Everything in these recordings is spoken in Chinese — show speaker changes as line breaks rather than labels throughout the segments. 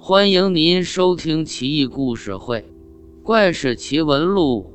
欢迎您收听奇异故事会，怪事奇闻录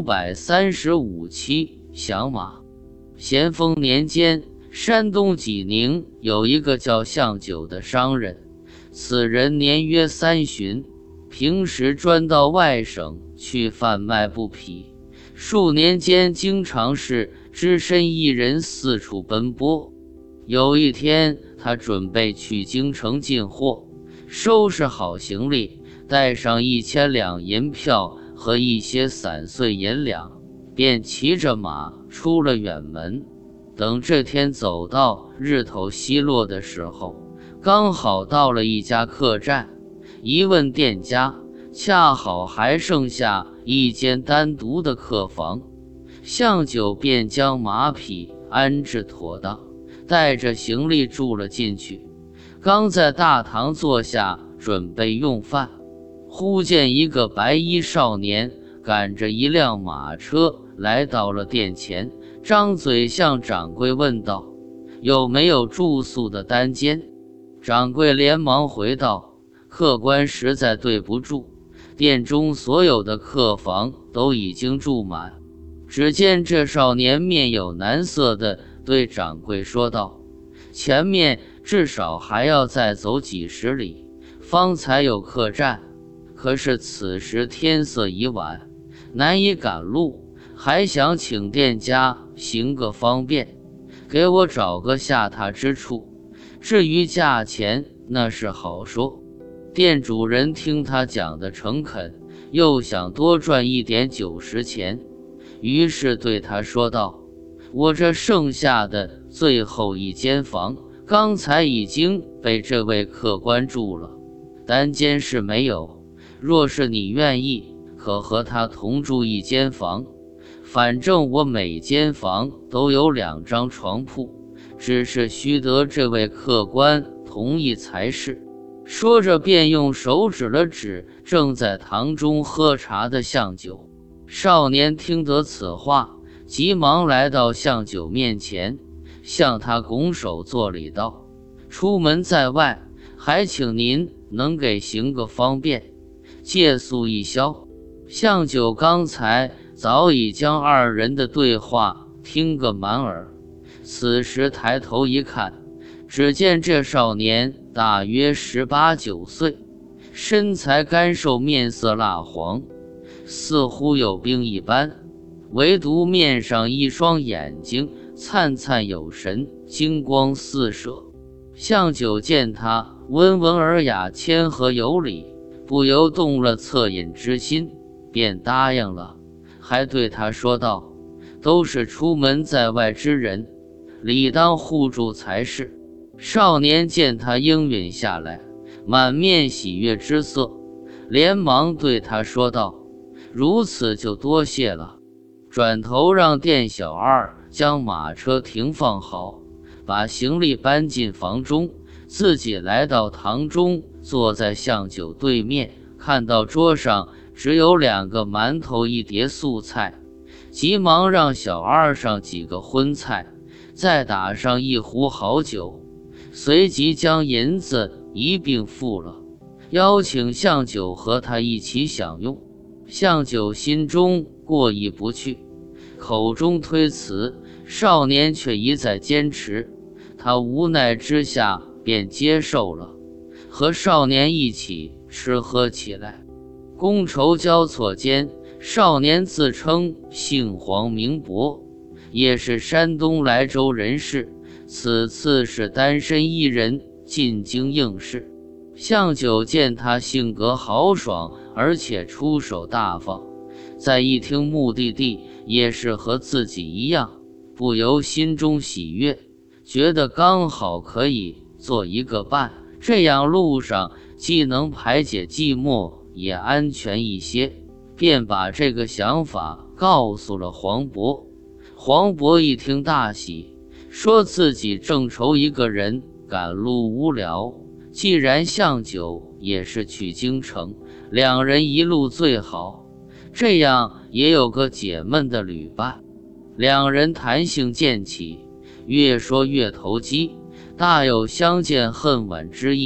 535期响马。咸丰年间，山东济宁有一个叫向九的商人，此人年约30，平时专到外省去贩卖布匹，数年间经常是只身一人四处奔波。有一天，他准备去京城进货，收拾好行李，带上1000两银票和一些散碎银两，便骑着马出了远门。等这天走到日头西落的时候，刚好到了一家客栈，一问店家，恰好还剩下一间单独的客房。向九便将马匹安置妥当，带着行李住了进去。刚在大堂坐下准备用饭，忽见一个白衣少年赶着一辆马车来到了店前，张嘴向掌柜问道：有没有住宿的单间？掌柜连忙回道：客官实在对不住，店中所有的客房都已经住满。只见这少年面有难色地对掌柜说道：前面至少还要再走几十里，方才有客栈，可是此时天色已晚，难以赶路，还想请店家行个方便，给我找个下榻之处，至于价钱那是好说。店主人听他讲的诚恳，又想多赚一点酒食钱，于是对他说道：我这剩下的最后一间房刚才已经被这位客官住了，单间是没有，若是你愿意，可和他同住一间房，反正我每间房都有2张床铺，只是须得这位客官同意才是。说着便用手指了指正在堂中喝茶的向九。少年听得此话，急忙来到向九面前，向他拱手作礼道：出门在外，还请您能给行个方便，借宿一宵。向九刚才早已将2人的对话听个满耳，此时抬头一看，只见这少年大约18、19岁，身材干瘦，面色蜡黄，似乎有病一般，唯独面上一双眼睛灿灿有神，金光四射。向九见他温文尔雅，谦和有礼，不由动了恻隐之心，便答应了，还对他说道：都是出门在外之人，理当互助才是。少年见他应允下来，满面喜悦之色，连忙对他说道：如此就多谢了。转头让店小二将马车停放好，把行李搬进房中，自己来到堂中，坐在向九对面，看到桌上只有2个馒头1碟素菜，急忙让小二上几个荤菜，再打上1壶好酒，随即将银子一并付了，邀请向九和他一起享用。向九心中过意不去，口中推辞，少年却一再坚持，他无奈之下便接受了，和少年一起吃喝起来。觥筹交错间，少年自称姓黄名博，也是山东莱州人士，此次是单身一人进京应试。向九见他性格豪爽，而且出手大方，再一听目的地也是和自己一样，不由心中喜悦，觉得刚好可以做一个伴，这样路上既能排解寂寞，也安全一些，便把这个想法告诉了黄渤。黄渤一听大喜，说自己正愁一个人赶路无聊，既然向九也是去京城，2人一路最好，这样也有个解闷的旅伴。2人谈性渐起，越说越投机，大有相见恨晚之意。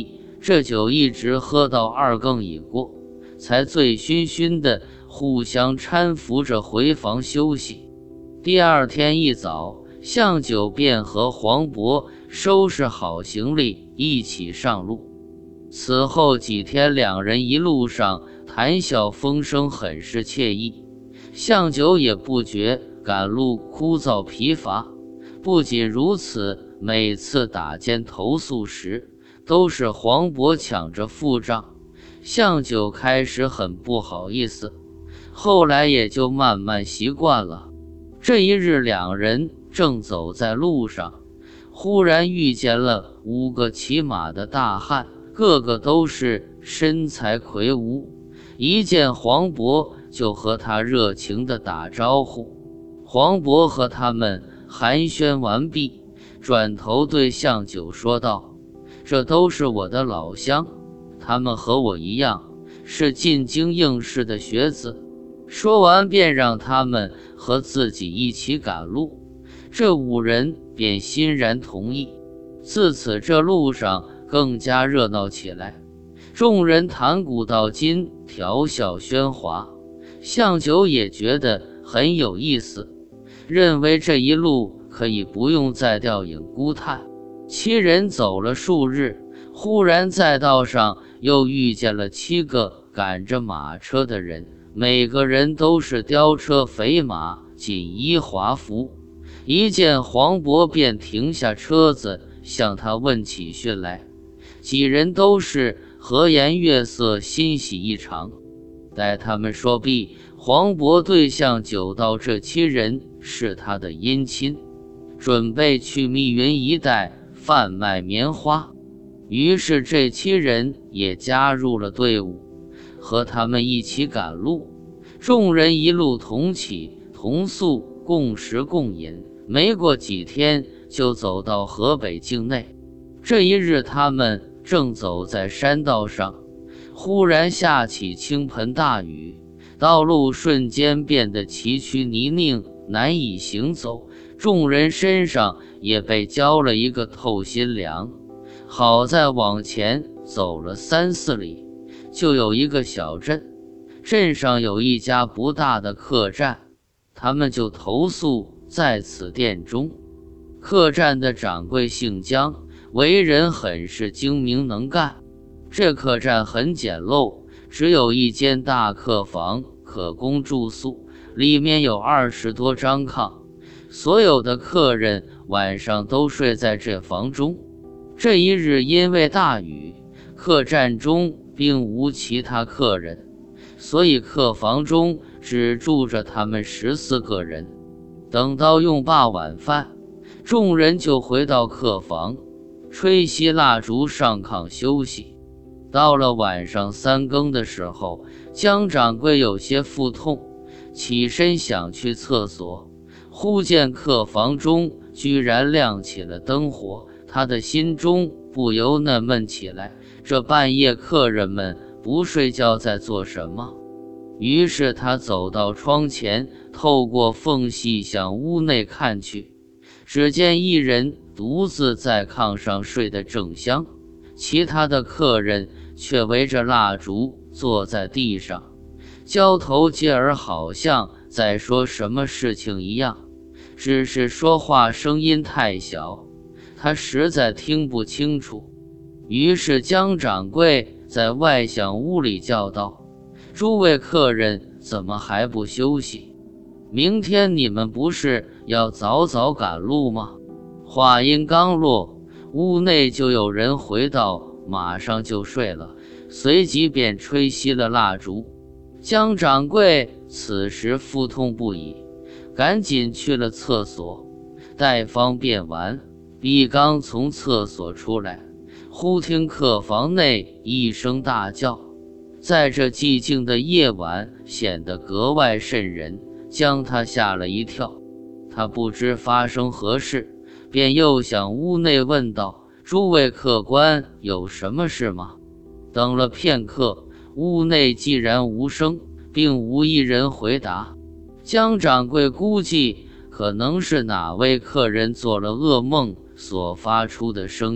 这酒一直喝到2更已过，才醉醺醺的互相搀扶着回房休息。第二天一早，向九便和黄渤收拾好行李，一起上路。此后几天，两人一路上谈笑风生，很是惬意。向九也不觉赶路枯燥疲乏。不仅如此，每次打尖投宿时，都是黄渤抢着付账。向九开始很不好意思，后来也就慢慢习惯了。这一日，两人正走在路上，忽然遇见了5个骑马的大汉，个个都是身材魁梧，一见黄渤就和他热情地打招呼。黄渤和他们寒暄完毕，转头对向九说道：“这都是我的老乡，他们和我一样，是进京应试的学子。”说完便让他们和自己一起赶路。这5人便欣然同意。自此这路上更加热闹起来，众人谈古道今，调笑喧哗。向九也觉得很有意思，认为这一路可以不用再吊影孤叹。7人走了数日，忽然在道上又遇见了7个赶着马车的人，每个人都是雕车肥马，锦衣华服。一见黄渤便停下车子，向他问起讯来。几人都是和颜悦色，欣喜异常。待他们说毕，黄渤对向九道：“这7人是他的姻亲，准备去密云一带贩卖棉花。”于是这7人也加入了队伍，和他们一起赶路。众人一路同起同宿，共食共饮，没过几天就走到河北境内。这一日，他们正走在山道上，忽然下起倾盆大雨，道路瞬间变得崎岖泥泞，难以行走，众人身上也被浇了一个透心凉。好在往前走了3、4里，就有一个小镇，镇上有一家不大的客栈，他们就投宿在此店中。客栈的掌柜姓姜，为人很是精明能干。这客栈很简陋，只有一间大客房可供住宿，里面有20多张炕，所有的客人晚上都睡在这房中。这一日因为大雨，客栈中并无其他客人，所以客房中只住着他们14个人。等到用罢晚饭，众人就回到客房，吹熄蜡烛上炕休息。到了晚上3更的时候，姜掌柜有些腹痛，起身想去厕所，忽见客房中居然亮起了灯火，他的心中不由纳闷起来，这半夜客人们不睡觉在做什么？于是他走到窗前，透过缝隙向屋内看去，只见一人独自在炕上睡得正香，其他的客人却围着蜡烛坐在地上，交头接耳，好像在说什么事情一样，只是说话声音太小，他实在听不清楚。于是姜掌柜在外向屋里叫道：“诸位客人怎么还不休息？明天你们不是要早早赶路吗？”话音刚落，屋内就有人回道：“马上就睡了。”随即便吹熄了蜡烛。姜掌柜此时腹痛不已，赶紧去了厕所。待方便完，毕刚从厕所出来，忽听客房内一声大叫，在这寂静的夜晚显得格外瘆人，将他吓了一跳。他不知发生何事，便又向屋内问道：“诸位客官有什么事吗？”等了片刻，屋内寂然无声，并无一人回答。姜掌柜估计可能是哪位客人做了噩梦所发出的声音，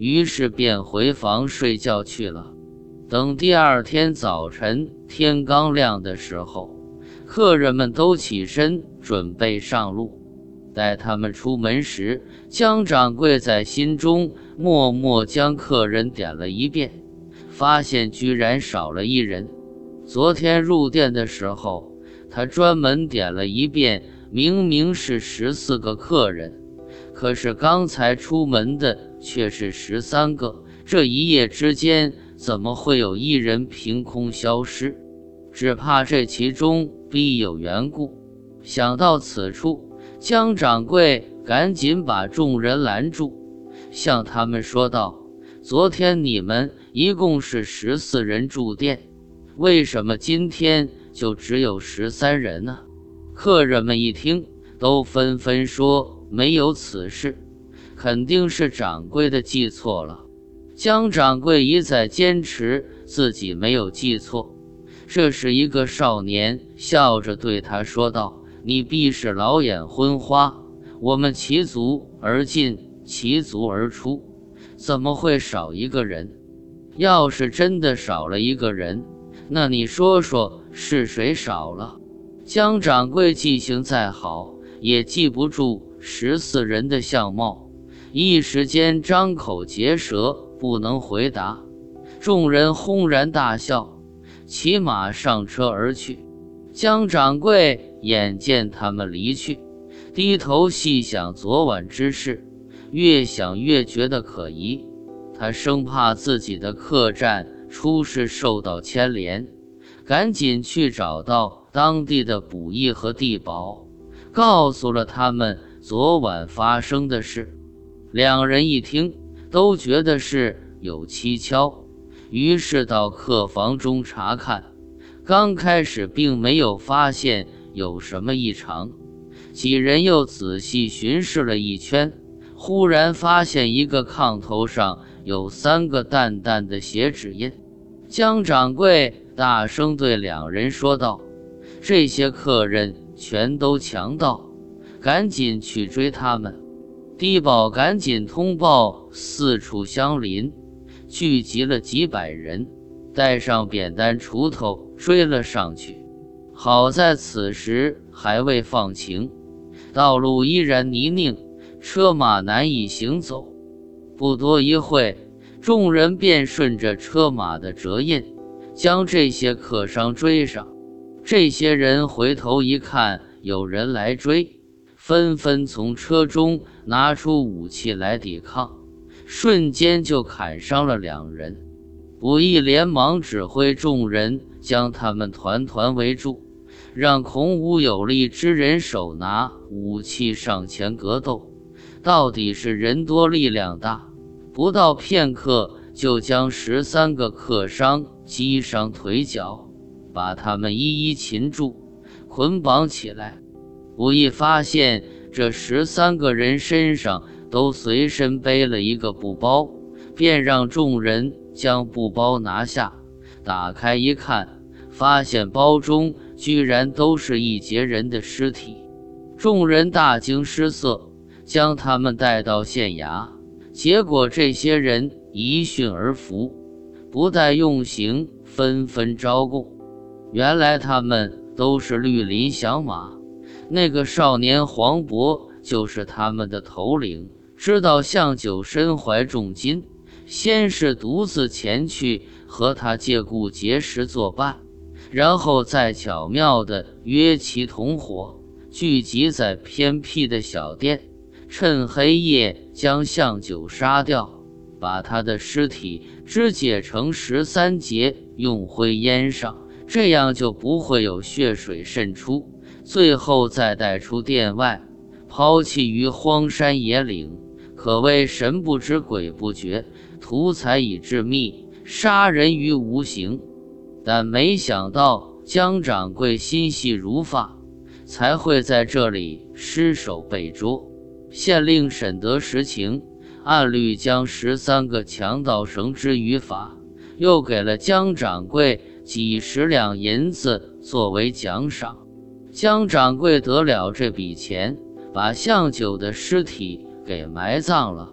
于是便回房睡觉去了。等第二天早晨天刚亮的时候，客人们都起身准备上路。待他们出门时，江掌柜在心中默默将客人点了一遍，发现居然少了一人。昨天入店的时候，他专门点了一遍，明明是14个客人，可是刚才出门的却是13个，这一夜之间怎么会有一人凭空消失？只怕这其中必有缘故。想到此处，江掌柜赶紧把众人拦住，向他们说道：昨天你们一共是14人住店，为什么今天就只有13人呢？客人们一听，都纷纷说没有此事，肯定是掌柜的记错了。江掌柜一再坚持自己没有记错。这时一个少年笑着对他说道：你必是老眼昏花，我们齐足而进，齐足而出，怎么会少一个人？要是真的少了一个人，那你说说是谁少了？江掌柜记性再好，也记不住14人的相貌，一时间张口结舌，不能回答。众人轰然大笑，骑马上车而去。江掌柜眼见他们离去，低头细想昨晚之事，越想越觉得可疑。他生怕自己的客栈出事受到牵连，赶紧去找到当地的捕役和地保，告诉了他们昨晚发生的事。两人一听，都觉得是有蹊跷，于是到客房中查看。刚开始并没有发现有什么异常，几人又仔细巡视了一圈，忽然发现一个炕头上有3个淡淡的血指印。江掌柜大声对两人说道：这些客人全都强盗，赶紧去追他们。地保赶紧通报四处相邻，聚集了几百人，带上扁担锄头追了上去。好在此时还未放晴，道路依然泥泞，车马难以行走。不多一会，众人便顺着车马的折印，将这些客商追上。这些人回头一看，有人来追，纷纷从车中拿出武器来抵抗，瞬间就砍伤了2人。捕役连忙指挥众人将他们团团围住，让孔武有力之人手拿武器上前格斗。到底是人多力量大，不到片刻就将13个客商击伤腿脚，把他们一一擒住，捆绑起来。捕役发现这13个人身上都随身背了一个布包，便让众人将布包拿下，打开一看，发现包中居然都是一截人的尸体。众人大惊失色，将他们带到县衙，结果这些人一讯而服，不待用刑，纷纷招供。原来他们都是绿林响马，那个少年黄渤就是他们的头领，知道向九身怀重金，先是独自前去和他借故结识作伴，然后再巧妙地约其同伙，聚集在偏僻的小店，趁黑夜将向九杀掉，把他的尸体肢解成13节，用灰腌上，这样就不会有血水渗出，最后再带出店外，抛弃于荒山野岭，可谓神不知鬼不觉，图财以致密，杀人于无形。但没想到江掌柜心细如发，才会在这里失手被捉。县令审得实情，按律将13个强盗绳之于法，又给了江掌柜几10两银子作为奖赏。江掌柜得了这笔钱，把向九的尸体给埋葬了，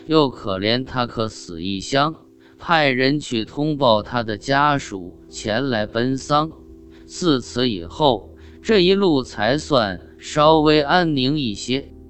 又可怜他客死异乡，派人去通报他的家属前来奔丧。自此以后，这一路才算稍微安宁一些。